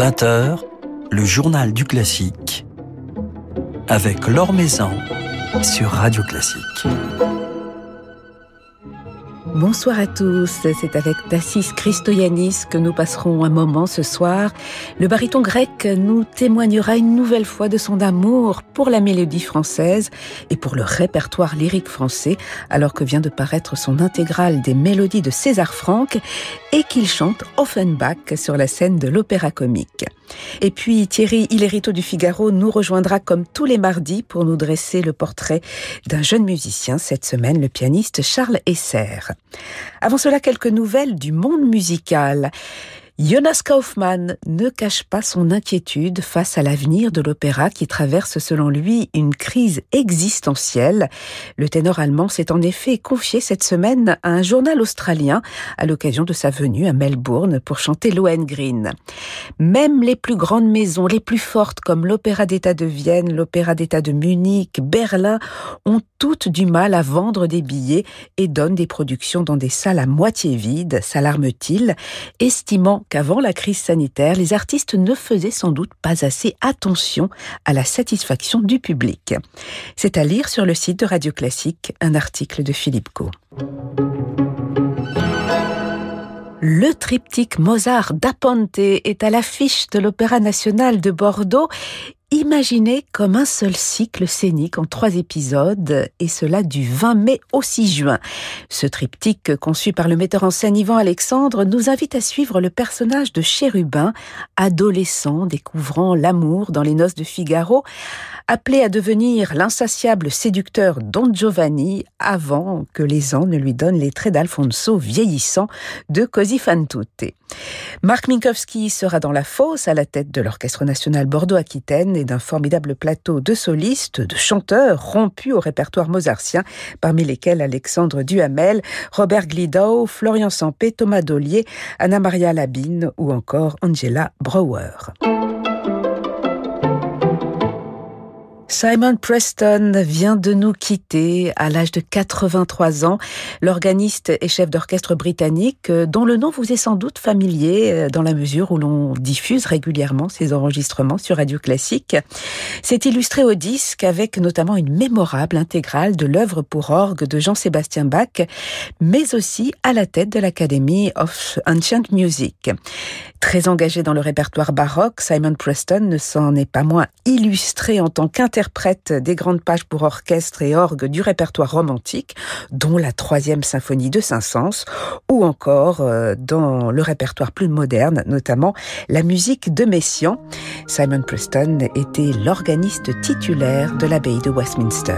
20h, le journal du classique avec Laure Maison sur Radio Classique. Bonsoir à tous, c'est avec Tassis Christoyannis que nous passerons un moment ce soir. Le baryton grec nous témoignera une nouvelle fois de son amour pour la mélodie française et pour le répertoire lyrique français, alors que vient de paraître son intégrale des mélodies de César Franck et qu'il chante Offenbach sur la scène de l'Opéra Comique. Et puis Thierry Hillerito du Figaro nous rejoindra comme tous les mardis pour nous dresser le portrait d'un jeune musicien, cette semaine le pianiste Charles Esser. Avant cela, quelques nouvelles du monde musical. Jonas Kaufmann ne cache pas son inquiétude face à l'avenir de l'opéra qui traverse selon lui une crise existentielle. Le ténor allemand s'est en effet confié cette semaine à un journal australien à l'occasion de sa venue à Melbourne pour chanter Lohengrin. Même les plus grandes maisons, les plus fortes comme l'Opéra d'État de Vienne, l'Opéra d'État de Munich, Berlin, ont toutes du mal à vendre des billets et donnent des productions dans des salles à moitié vides, s'alarme-t-il, estimant qu'avant la crise sanitaire, les artistes ne faisaient sans doute pas assez attention à la satisfaction du public. C'est à lire sur le site de Radio Classique, un article de Philippe Caux. Le triptyque Mozart da Ponte est à l'affiche de l'Opéra national de Bordeaux, imaginé comme un seul cycle scénique en 3 épisodes, et cela du 20 mai au 6 juin. Ce triptyque, conçu par le metteur en scène Ivan Alexandre, nous invite à suivre le personnage de Chérubin, adolescent découvrant l'amour dans les noces de Figaro, appelé à devenir l'insatiable séducteur Don Giovanni avant que les ans ne lui donnent les traits d'Alfonso vieillissant de Così fan tutte. Marc Minkowski sera dans la fosse à la tête de l'Orchestre national Bordeaux-Aquitaine et d'un formidable plateau de solistes, de chanteurs rompus au répertoire mozartien, parmi lesquels Alexandre Duhamel, Robert Glidow, Florian Sampé, Thomas Dollier, Anna-Maria Labine ou encore Angela Brouwer. Simon Preston vient de nous quitter à l'âge de 83 ans, l'organiste et chef d'orchestre britannique dont le nom vous est sans doute familier dans la mesure où l'on diffuse régulièrement ses enregistrements sur Radio Classique. C'est illustré au disque avec notamment une mémorable intégrale de l'œuvre pour orgue de Jean-Sébastien Bach, mais aussi à la tête de l'Academy of Ancient Music. Très engagé dans le répertoire baroque, Simon Preston ne s'en est pas moins illustré en tant qu'interprète des grandes pages pour orchestre et orgue du répertoire romantique, dont la 3e symphonie de Saint-Saëns, ou encore dans le répertoire plus moderne, notamment la musique de Messiaen. Simon Preston était l'organiste titulaire de l'abbaye de Westminster.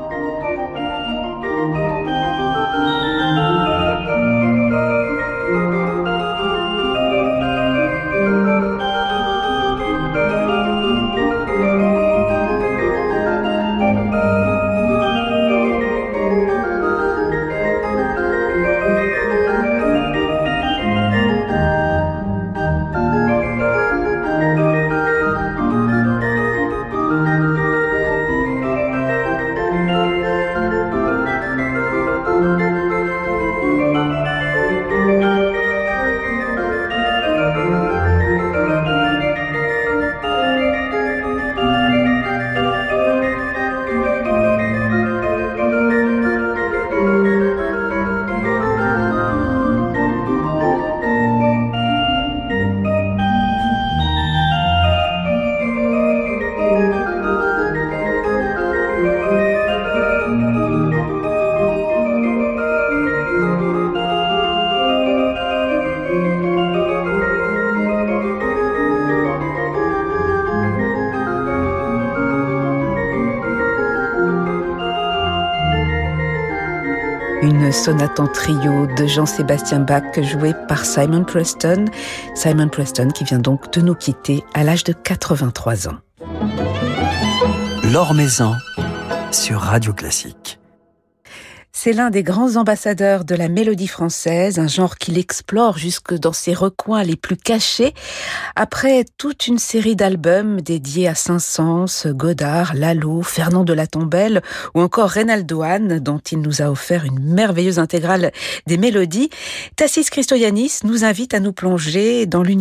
Une sonate en trio de Jean-Sébastien Bach jouée par Simon Preston. Simon Preston qui vient donc de nous quitter à l'âge de 83 ans. Laure Maison sur Radio Classique. C'est l'un des grands ambassadeurs de la mélodie française, un genre qu'il explore jusque dans ses recoins les plus cachés. Après toute une série d'albums dédiés à Saint-Saëns, Godard, Lalo, Fernand de la Tombelle ou encore Reynaldo Hahn, dont il nous a offert une merveilleuse intégrale des mélodies, Tassis Christoyannis nous invite à nous plonger dans l'univers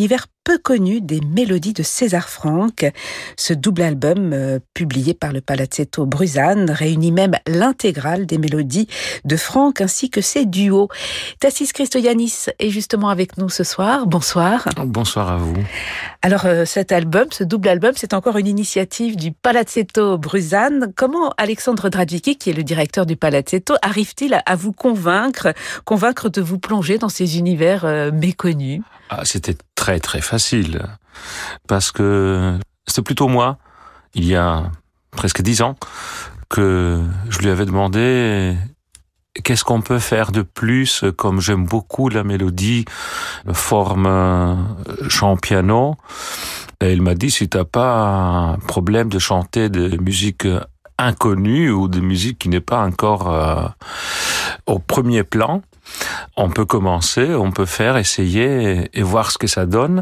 peu connu des mélodies de César Franck. Ce double album, publié par le Palazzetto Bruzane, réunit même l'intégrale des mélodies de Franck ainsi que ses duos. Tassis Christoyanis est justement avec nous ce soir. Bonsoir. Bonsoir à vous. Alors cet album, ce double album, c'est encore une initiative du Palazzetto Bruzane. Comment Alexandre Dradvicki, qui est le directeur du Palazzetto, arrive-t-il à vous convaincre de vous plonger dans ces univers méconnus? C'était très très facile, parce que c'était plutôt moi, il y a presque 10 ans, que je lui avais demandé qu'est-ce qu'on peut faire de plus, comme j'aime beaucoup la mélodie, forme chant piano. Et il m'a dit, si t'as pas un problème de chanter des musiques inconnues ou de musique qui n'est pas encore au premier plan, on peut commencer, on peut essayer et voir ce que ça donne.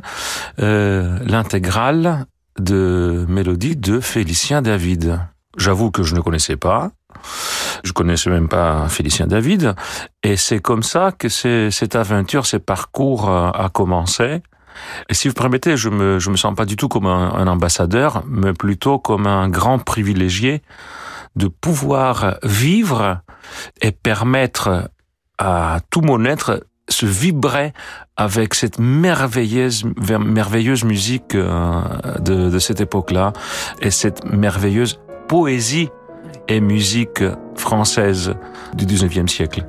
L'intégrale de mélodie de Félicien David. J'avoue que je ne connaissais pas. Je connaissais même pas Félicien David. Et c'est comme ça que cette aventure, ce parcours a commencé. Et si vous permettez, je me sens pas du tout comme un ambassadeur, mais plutôt comme un grand privilégié de pouvoir vivre et permettre à tout mon être se vibrer avec cette merveilleuse musique de cette époque-là et cette merveilleuse poésie et musique française du 19e siècle.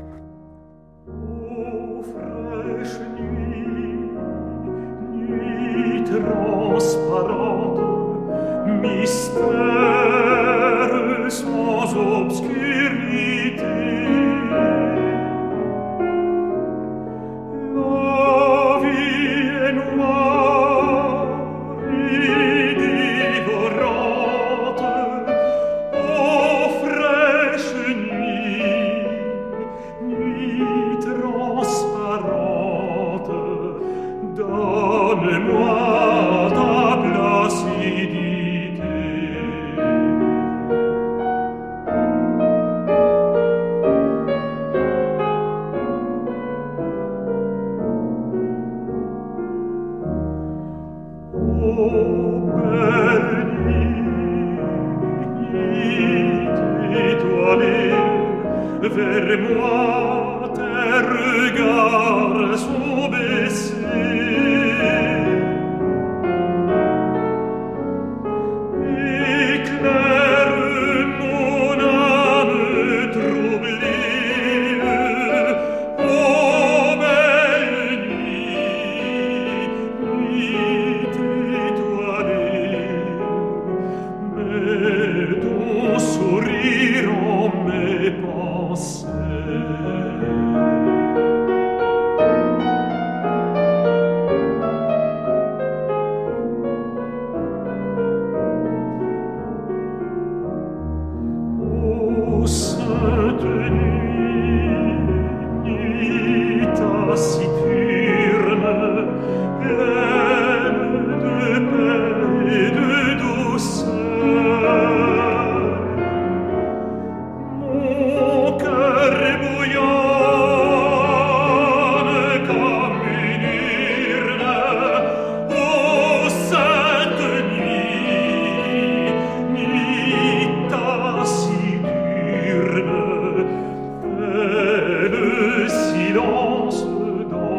Le silence dans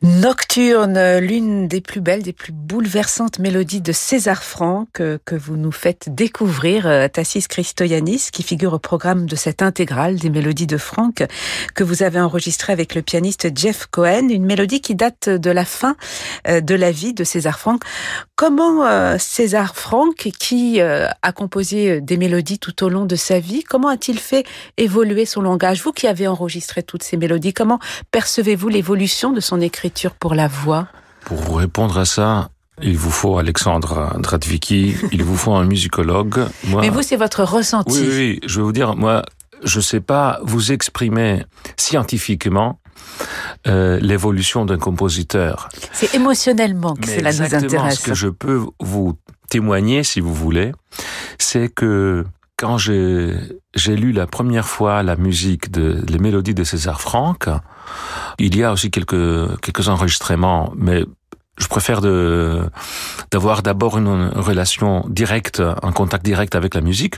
Nocturne, l'une des plus belles, des plus bouleversantes mélodies de César Franck que vous nous faites découvrir, Tassis Christoyannis, qui figure au programme de cette intégrale des mélodies de Franck que vous avez enregistrée avec le pianiste Jeff Cohen, une mélodie qui date de la fin de la vie de César Franck. Comment César Franck, qui a composé des mélodies tout au long de sa vie, comment a-t-il fait évoluer son langage? Vous qui avez enregistré toutes ces mélodies, comment percevez-vous l'évolution de son écriture pour la voix? Pour vous répondre à ça, il vous faut Alexandre Dradvicki, il vous faut un musicologue. Moi, mais vous, c'est votre ressenti. Oui, je vais vous dire, moi, je sais pas vous exprimer scientifiquement l'évolution d'un compositeur. C'est émotionnellement que cela nous intéresse. Exactement, ce que je peux vous témoigner, si vous voulez, c'est que quand j'ai lu la première fois la musique les mélodies de César Franck, il y a aussi quelques enregistrements, mais je préfère d'avoir d'abord une relation directe, un contact direct avec la musique.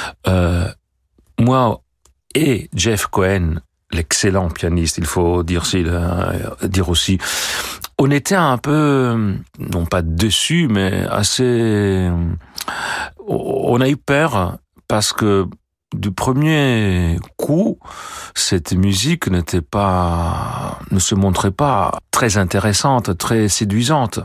Moi et Jeff Cohen, l'excellent pianiste, il faut dire aussi, on était un peu, non pas dessus, mais assez, on a eu peur parce que du premier coup, cette musique ne se montrait pas très intéressante, très séduisante.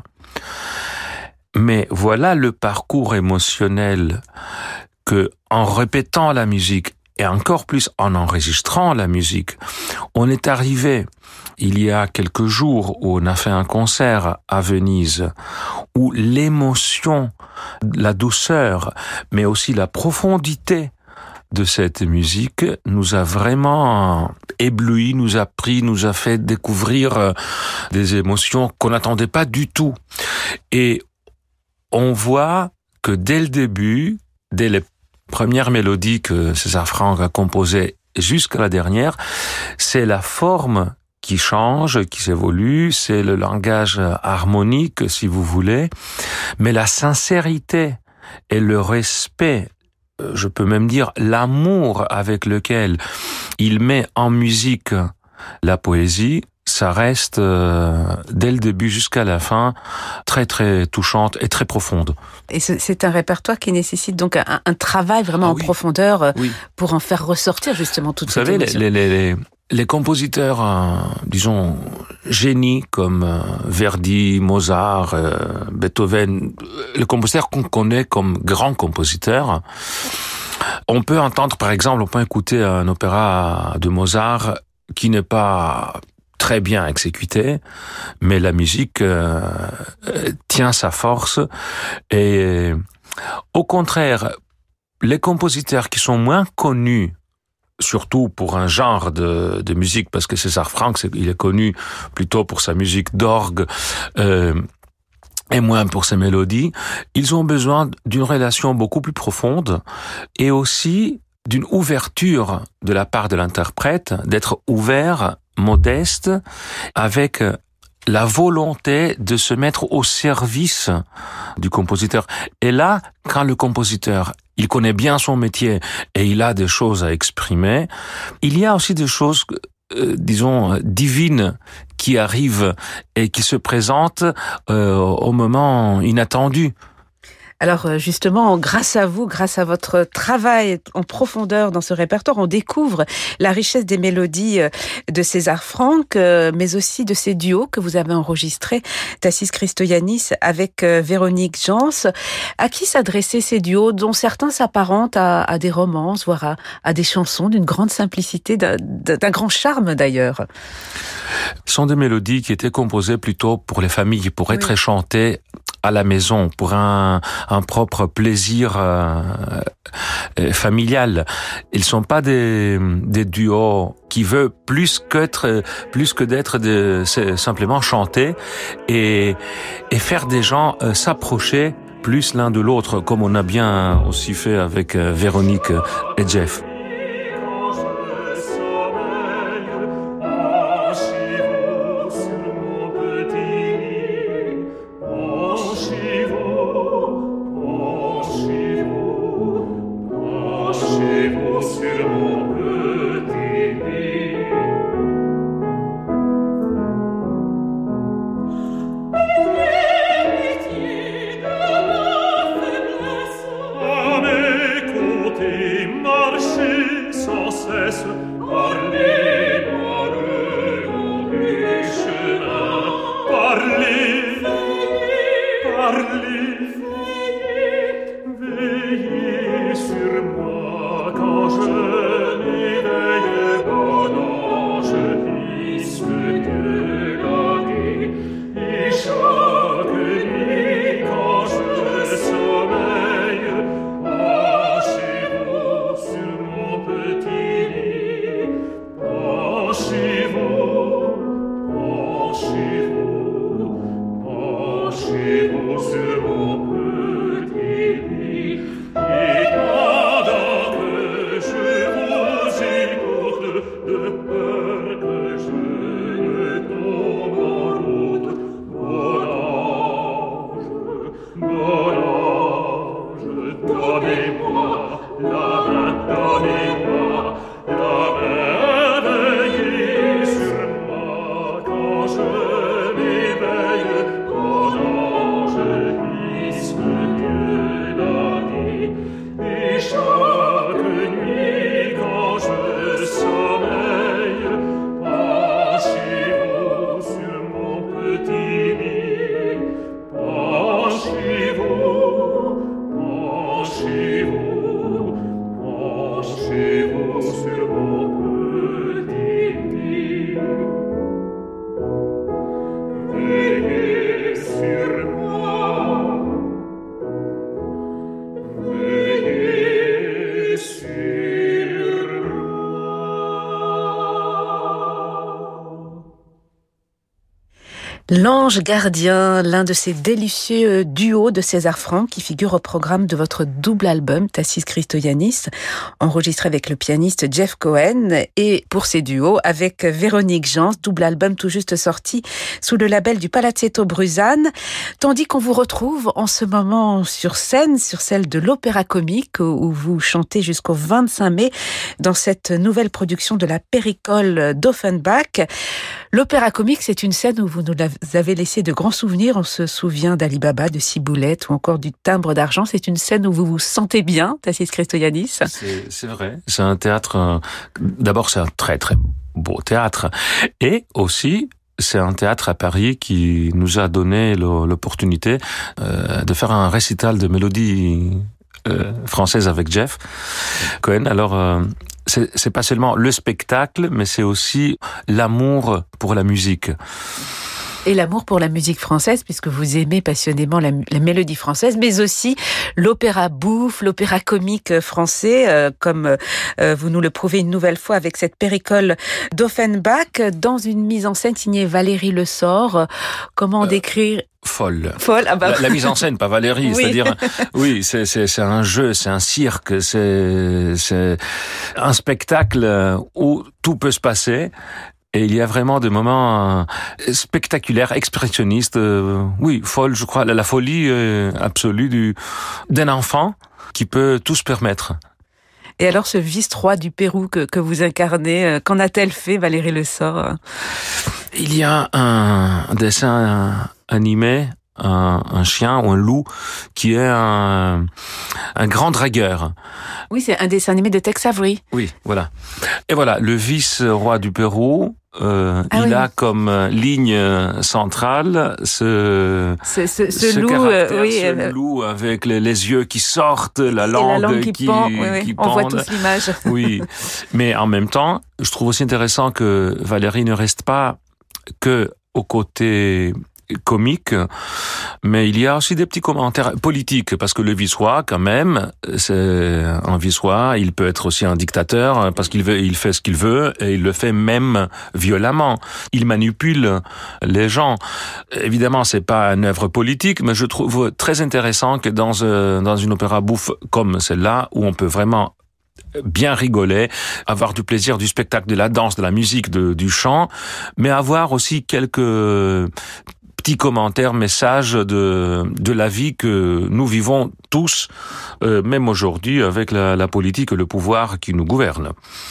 Mais voilà le parcours émotionnel que, en répétant la musique et encore plus en enregistrant la musique, on est arrivé il y a quelques jours où on a fait un concert à Venise, où l'émotion, la douceur, mais aussi la profondité de cette musique nous a vraiment ébloui, nous a fait découvrir des émotions qu'on n'attendait pas du tout. Et on voit que dès le début, dès les premières mélodies que César Franck a composées jusqu'à la dernière, c'est la forme qui change, qui s'évolue, c'est le langage harmonique, si vous voulez, mais la sincérité et le respect, je peux même dire l'amour avec lequel il met en musique la poésie, ça reste dès le début jusqu'à la fin très très touchante et très profonde. Et c'est un répertoire qui nécessite donc un travail vraiment en profondeur pour en faire ressortir justement toute cette émotion. Vous savez, les compositeurs, disons, génies comme Verdi, Mozart, Beethoven, les compositeurs qu'on connaît comme grands compositeurs, on peut entendre, par exemple, on peut écouter un opéra de Mozart qui n'est pas très bien exécuté, mais la musique tient sa force. Et au contraire, les compositeurs qui sont moins connus, surtout pour un genre de musique, parce que César Franck, il est connu plutôt pour sa musique d'orgue, et moins pour ses mélodies, ils ont besoin d'une relation beaucoup plus profonde et aussi d'une ouverture de la part de l'interprète, d'être ouvert, modeste, avec la volonté de se mettre au service du compositeur. Et là, quand le compositeur, il connaît bien son métier et il a des choses à exprimer, il y a aussi des choses, disons, divines qui arrivent et qui se présentent au moment inattendu. Alors justement, grâce à vous, grâce à votre travail en profondeur dans ce répertoire, on découvre la richesse des mélodies de César Franck, mais aussi de ces duos que vous avez enregistrés, Tassis Christoyannis avec Véronique Jans. À qui s'adressaient ces duos, dont certains s'apparentent à des romances, voire à des chansons d'une grande simplicité, d'un grand charme d'ailleurs? Ce sont des mélodies qui étaient composées plutôt pour les familles, pour être chantées à la maison, pour un propre plaisir familial. Ils sont pas des duos qui veulent plus que d'être simplement chanter et faire des gens s'approcher plus l'un de l'autre, comme on a bien aussi fait avec Véronique et Jeff. Chez vous. sur mon petit lit. cesse, parlez, parlez, parlez, parlez, veillez sur moi quand je m'éveille, pendant je puisse Dieu garder, et chaque nuit quand je sommeille, penchez-vous sur mon petit lit, penchez-vous, penchez-vous, penchez-vous sur mon petit lit, et pendant que je vous écoute, de peur que je ne tombe en route, mon ange, donnez-moi la main, donnez-moi la main, veillez sur moi quand je m'éveille, pendant je puisse Dieu donner, et chaque nuit quand je sommeille, penchez-vous sur mon petit lit, penchez-vous, penchez-vous, penchez-vous sur mon petit lit, veillez sur moi, veillez sur moi. L'Ange gardien, l'un de ces délicieux duos de César Franck qui figure au programme de votre double album Tassis Christoyannis, enregistré avec le pianiste Jeff Cohen, et pour ces duos avec Véronique Jans, double album tout juste sorti sous le label du Palazzetto Bruzane, tandis qu'on vous retrouve en ce moment sur scène, sur celle de l'Opéra Comique, où vous chantez jusqu'au 25 mai dans cette nouvelle production de la Péricole d'Offenbach. L'Opéra Comique, c'est une scène où vous nous avez laissé de grands souvenirs. On se souvient d'Ali Baba, de Ciboulette ou encore du Timbre d'Argent. C'est une scène où vous vous sentez bien, Tassis Christoyannis. C'est vrai. C'est un théâtre... D'abord, c'est un très, très beau théâtre. Et aussi... c'est un théâtre à Paris qui nous a donné l'opportunité de faire un récital de mélodie française avec Jeff Cohen. Alors, c'est pas seulement le spectacle, mais c'est aussi l'amour pour la musique. Et l'amour pour la musique française, puisque vous aimez passionnément la mélodie française, mais aussi l'opéra bouffe, l'opéra comique français, comme vous nous le prouvez une nouvelle fois avec cette Péricole d'Offenbach, dans une mise en scène signée Valérie Le Sort. Comment décrire? Folle. Ah bah... la mise en scène, pas Valérie, oui. C'est-à-dire, oui, c'est un jeu, c'est un cirque, c'est un spectacle où tout peut se passer. Et il y a vraiment des moments spectaculaires, expressionnistes, oui, folles, je crois, la folie absolue d'un enfant qui peut tout se permettre. Et alors, ce vice-roi du Pérou que vous incarnez, qu'en a-t-elle fait, Valérie Le Sort? Il y a un dessin animé, un chien ou un loup qui est un grand dragueur. Oui, c'est un dessin animé de Tex Avery. Oui, voilà. Et voilà, le vice-roi du Pérou, il a comme ligne centrale ce loup, ce loup avec les yeux qui sortent, la langue qui pend. Qui on voit tous l'image. Oui, mais en même temps, je trouve aussi intéressant que Valérie ne reste pas que au côté comique, mais il y a aussi des petits commentaires politiques, parce que le vice-roi, quand même, c'est un vice-roi, il peut être aussi un dictateur, parce qu'il fait ce qu'il veut, et il le fait même violemment. Il manipule les gens. Évidemment, c'est pas une œuvre politique, mais je trouve très intéressant que dans une opéra bouffe comme celle-là, où on peut vraiment bien rigoler, avoir du plaisir du spectacle, de la danse, de la musique, du chant, mais avoir aussi quelques petits commentaires, messages de la vie que nous vivons tous, même aujourd'hui avec la politique et le pouvoir qui nous gouverne.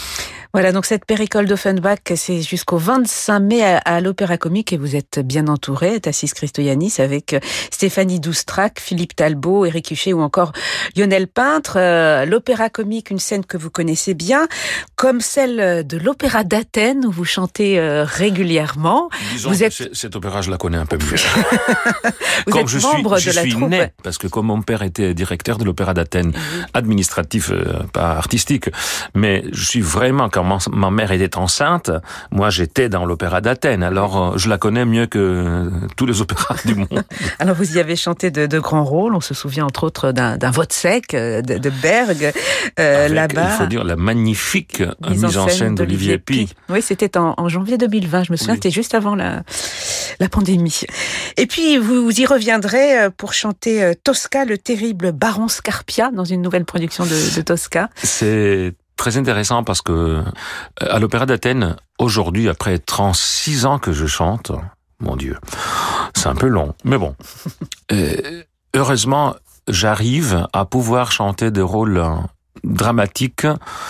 Voilà, donc cette péricole d'Offenbach, c'est jusqu'au 25 mai à l'Opéra Comique et vous êtes bien entouré, Tassis Christoyannis, avec Stéphanie Doustrac, Philippe Talbot, Éric Huchet ou encore Lionel Peintre. L'Opéra Comique, une scène que vous connaissez bien, comme celle de l'Opéra d'Athènes où vous chantez régulièrement. Disons que cet opéra, je la connais un peu mieux. Vous comme êtes je membre suis, de la je suis troupe. né, parce que comme mon père était directeur de l'Opéra d'Athènes, administratif, pas artistique, mais je suis vraiment, quand ma mère était enceinte, moi j'étais dans l'Opéra d'Athènes, alors je la connais mieux que tous les opéras du monde. Alors vous y avez chanté de grands rôles, on se souvient entre autres d'un Wozzeck, de Berg, là-bas. Il faut dire la magnifique mise en scène d'Olivier Py. Oui, c'était en janvier 2020, je me souviens, c'était juste avant la pandémie. Et puis vous y reviendrez pour chanter Tosca, le terrible baron Scarpia, dans une nouvelle production de Tosca. C'est très intéressant parce que à l'Opéra d'Athènes, aujourd'hui, après 36 ans que je chante, mon Dieu, c'est un peu long, mais bon. Heureusement, j'arrive à pouvoir chanter des rôles dramatiques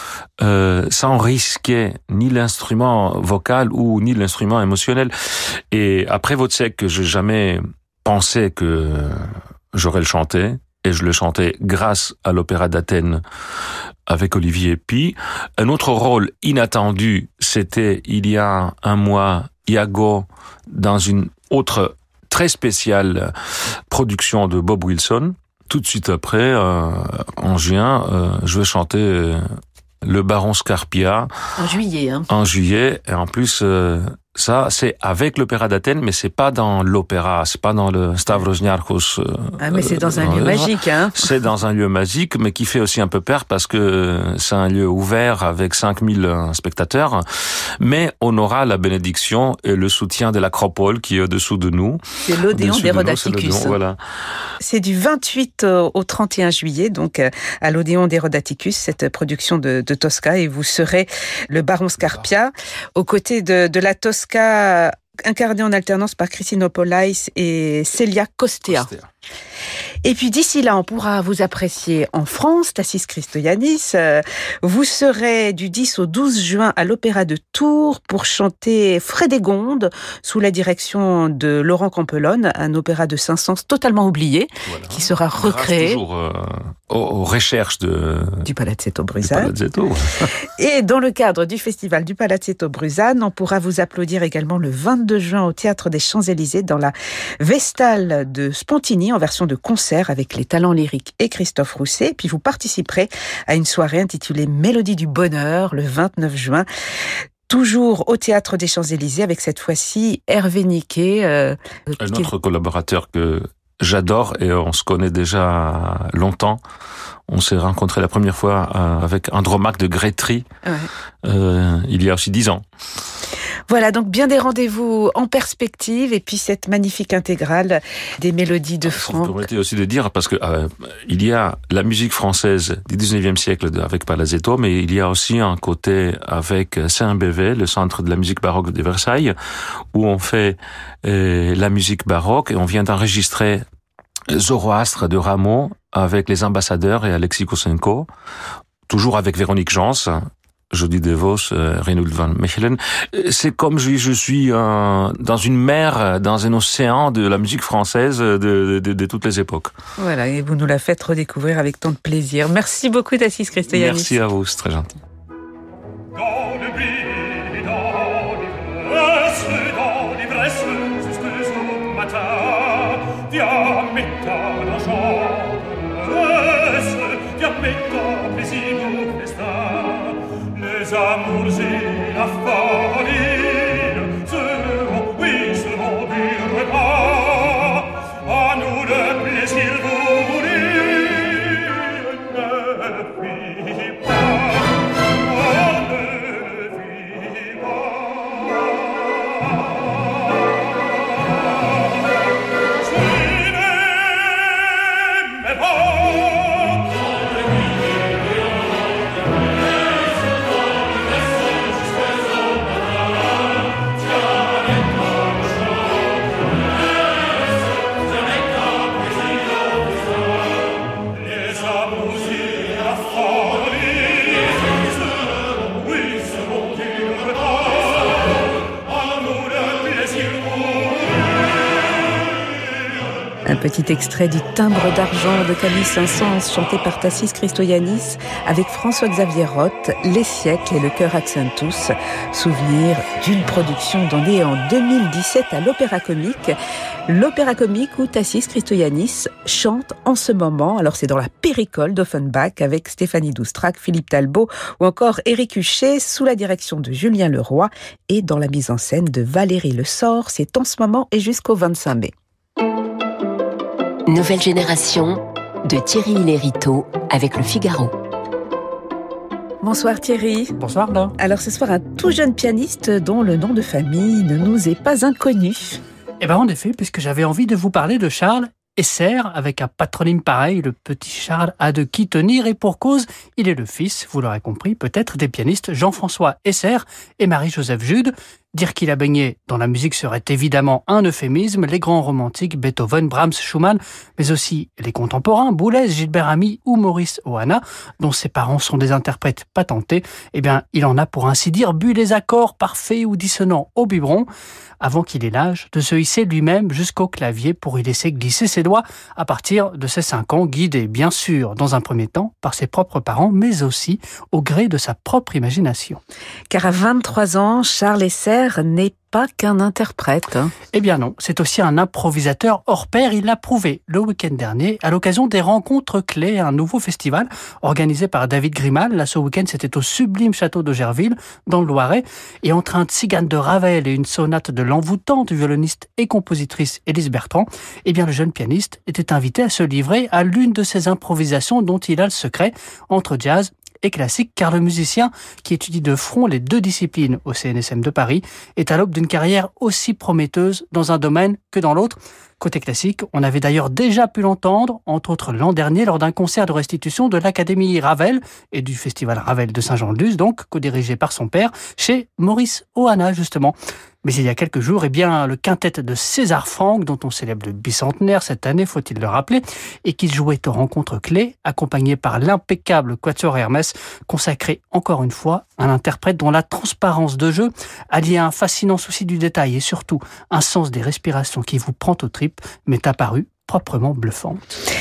sans risquer ni l'instrument vocal ou ni l'instrument émotionnel. Et après Wozzeck, j'ai jamais pensé que j'aurais le chanté. Et je le chantais grâce à l'Opéra d'Athènes avec Olivier Py. Un autre rôle inattendu, c'était il y a un mois, Iago, dans une autre très spéciale production de Bob Wilson. Tout de suite après, en juin, je vais chanter le baron Scarpia. En juillet, hein. En juillet, et en plus... ça, c'est avec l'Opéra d'Athènes, mais c'est pas dans l'opéra, c'est pas dans le Stavros Niarchos. Mais c'est dans un lieu magique, hein. C'est dans un lieu magique, mais qui fait aussi un peu peur parce que c'est un lieu ouvert avec 5000 spectateurs. Mais on aura la bénédiction et le soutien de l'Acropole qui est au-dessous de nous. C'est l'Odéon d'Hérodaticus. Voilà. C'est du 28 au 31 juillet, donc à l'Odéon d'Hérodaticus, cette production de Tosca, et vous serez le baron Scarpia, aux côtés de la Tosca incarnée en alternance par Christine Opolais et Celia Costea. Et puis d'ici là, on pourra vous apprécier en France, Tassis Christoyannis. Vous serez du 10 au 12 juin à l'Opéra de Tours pour chanter Frédégonde sous la direction de Laurent Campelonne, un opéra de Saint-Saëns totalement oublié, qui sera recréé. Toujours aux recherches du Palazzetto Bruzane. Palazzetto. Et dans le cadre du festival du Palazzetto Bruzane, on pourra vous applaudir également le 22 juin au Théâtre des Champs-Élysées dans la Vestale de Spontini en version de concert avec les talents lyriques et Christophe Rousset. Puis vous participerez à une soirée intitulée Mélodie du Bonheur le 29 juin. Toujours au Théâtre des Champs-Élysées avec cette fois-ci Hervé Niquet. Un autre collaborateur que j'adore et on se connaît déjà longtemps. On s'est rencontrés la première fois avec Andromaque de Grétry, il y a aussi 10 ans. Voilà, donc bien des rendez-vous en perspective et puis cette magnifique intégrale des mélodies de Franck. Vous permettez aussi de dire, parce que il y a la musique française du 19e siècle avec Palazzetto, mais il y a aussi un côté avec Saint-Bévet, le centre de la musique baroque de Versailles, où on fait la musique baroque et on vient d'enregistrer Zoroastre de Rameau avec les ambassadeurs et Alexis Kossenko, toujours avec Véronique Jans, Jody DeVos, Reinhold van Mechelen. C'est comme je suis dans une mer, dans un océan de la musique française de toutes les époques. Voilà, et vous nous la faites redécouvrir avec tant de plaisir. Merci beaucoup, Tassis Christoyannis. Merci à vous, c'est très gentil. Les amours et la folie seront, oui, seront du repas. À nous le plaisir voulu. Ne fuis pas, oh, ne fuis pas. Si n'aimez pas. Un petit extrait du Timbre d'argent de Camille Saint-Saëns, chanté par Tassis Christoyanis, avec François-Xavier Roth, Les siècles et le chœur Accentus. Souvenir d'une production donnée en 2017 à l'Opéra Comique. L'Opéra Comique où Tassis Christoyanis chante en ce moment. Alors c'est dans la Péricole d'Offenbach avec Stéphanie Doustrac, Philippe Talbot ou encore Éric Huchet sous la direction de Julien Leroy et dans la mise en scène de Valérie Le Sort. C'est en ce moment et jusqu'au 25 mai. Nouvelle génération de Thierry Lériteau avec Le Figaro. Bonsoir Thierry. Bonsoir Laure. Alors ce soir, un tout jeune pianiste dont le nom de famille ne nous est pas inconnu. Eh bien en effet, puisque j'avais envie de vous parler de Charles Esser, avec un patronyme pareil, le petit Charles a de qui tenir, et pour cause, il est le fils, vous l'aurez compris, peut-être des pianistes Jean-François Esser et Marie-Joseph Jude. Dire qu'il a baigné dans la musique serait évidemment un euphémisme. Les grands romantiques, Beethoven, Brahms, Schumann, mais aussi les contemporains, Boulez, Gilbert Ami ou Maurice Ohana, dont ses parents sont des interprètes patentés, eh bien, il en a pour ainsi dire bu les accords parfaits ou dissonants au biberon, avant qu'il ait l'âge de se hisser lui-même jusqu'au clavier pour y laisser glisser ses doigts à partir de ses 5 ans, guidé bien sûr dans un premier temps par ses propres parents, mais aussi au gré de sa propre imagination. Car à 23 ans, Charles Esser n'est pas qu'un interprète. Eh bien non, c'est aussi un improvisateur hors pair. Il l'a prouvé le week-end dernier à l'occasion des Rencontres Clés, un nouveau festival organisé par David Grimal. Là, ce week-end, c'était au sublime château de Gerville, dans le Loiret. Et entre un tzigane de Ravel et une sonate de l'envoûtante violoniste et compositrice Élise Bertrand, eh bien le jeune pianiste était invité à se livrer à l'une de ces improvisations dont il a le secret entre jazz et classique, car le musicien, qui étudie de front les deux disciplines au CNSM de Paris, est à l'aube d'une carrière aussi prometteuse dans un domaine que dans l'autre. Côté classique, on avait d'ailleurs déjà pu l'entendre, entre autres l'an dernier, lors d'un concert de restitution de l'Académie Ravel et du Festival Ravel de Saint-Jean-de-Luz, donc co-dirigé par son père, chez Maurice Ohana, justement. Mais il y a quelques jours, eh bien, le quintet de César Franck, dont on célèbre le bicentenaire cette année, faut-il le rappeler, et qui jouait aux Rencontres Clés, accompagné par l'impeccable Quatuor Hermès, consacré encore une fois à un interprète dont la transparence de jeu, alliée à un fascinant souci du détail et surtout un sens des respirations qui vous prend aux tripes, m'est apparu proprement bluffante.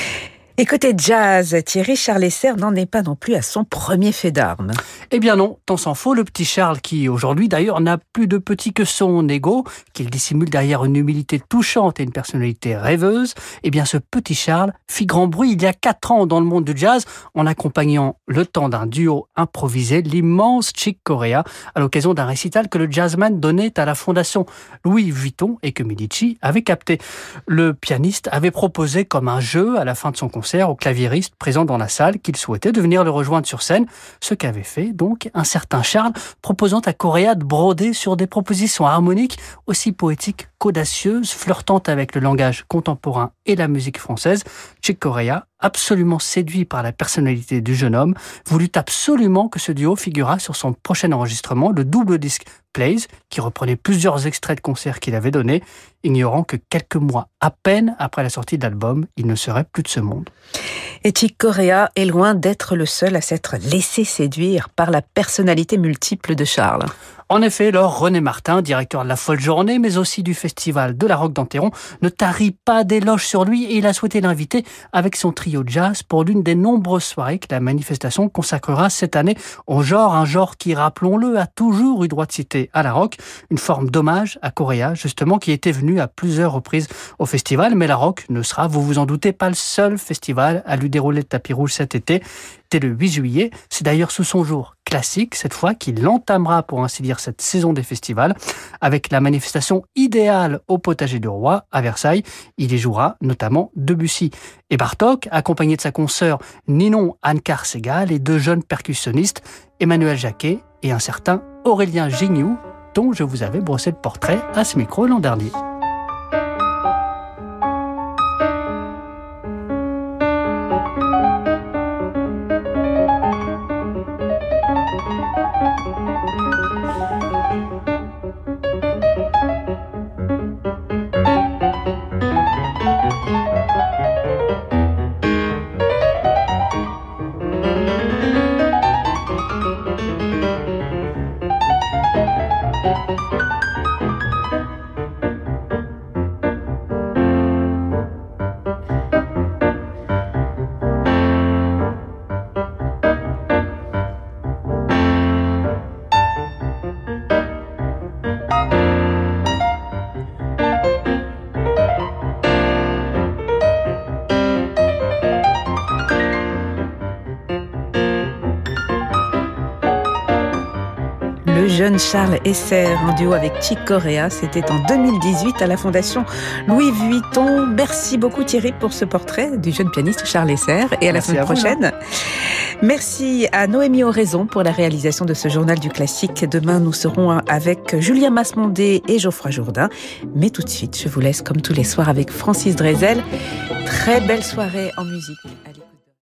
Et côté jazz, Thierry, Charles Esser n'en est pas non plus à son premier fait d'armes. Eh bien non, tant s'en faut, le petit Charles qui aujourd'hui d'ailleurs n'a plus de petit que son ego, qu'il dissimule derrière une humilité touchante et une personnalité rêveuse, eh bien ce petit Charles fit grand bruit il y a 4 ans dans le monde du jazz en accompagnant le temps d'un duo improvisé, l'immense Chick Corea, à l'occasion d'un récital que le jazzman donnait à la fondation Louis Vuitton et que Medici avait capté. Le pianiste avait proposé comme un jeu à la fin de son concert au claviériste présent dans la salle qu'il souhaitait de venir le rejoindre sur scène, ce qu'avait fait donc un certain Charles, proposant à Corea de broder sur des propositions harmoniques aussi poétiques qu'audacieuses, flirtant avec le langage contemporain et la musique française. Chick Corea, absolument séduit par la personnalité du jeune homme, voulut absolument que ce duo figurât sur son prochain enregistrement, le double disque Plays, qui reprenait plusieurs extraits de concerts qu'il avait donnés, ignorant que quelques mois à peine après la sortie de l'album, il ne serait plus de ce monde. Et Chick Corea est loin d'être le seul à s'être laissé séduire par la personnalité multiple de Charles. En effet, Laure, René Martin, directeur de la Folle Journée, mais aussi du Festival de la Roque d'Enterron, ne tarit pas d'éloges sur lui et il a souhaité l'inviter avec son trio de jazz pour l'une des nombreuses soirées que la manifestation consacrera cette année au genre, un genre qui, rappelons-le, a toujours eu droit de citer à la Roque, une forme d'hommage à Corea, justement, qui était venu à plusieurs reprises au festival, mais la Roque ne sera, vous vous en doutez, pas le seul festival à lui dérouler le tapis rouge cet été. Dès le 8 juillet, c'est d'ailleurs sous son jour classique, cette fois, qu'il entamera, pour ainsi dire, cette saison des festivals, avec la manifestation idéale au Potager du Roi, à Versailles. Il y jouera notamment Debussy et Bartók, accompagné de sa consoeur Ninon Ancar-Segal et 2 jeunes percussionnistes, Emmanuel Jacquet et un certain Aurélien Gignoux, dont je vous avais brossé le portrait à ce micro l'an dernier. le jeune Charles Esser en duo avec Chick Corea. C'était en 2018 à la Fondation Louis Vuitton. Merci beaucoup Thierry pour ce portrait du jeune pianiste Charles Esser et à la semaine prochaine. Merci à Noémie Oraison pour la réalisation de ce journal du classique. Demain, nous serons avec Julien Masmondé et Geoffroy Jourdain. Mais tout de suite, je vous laisse comme tous les soirs avec Francis Drezel. Très belle soirée en musique. Allez.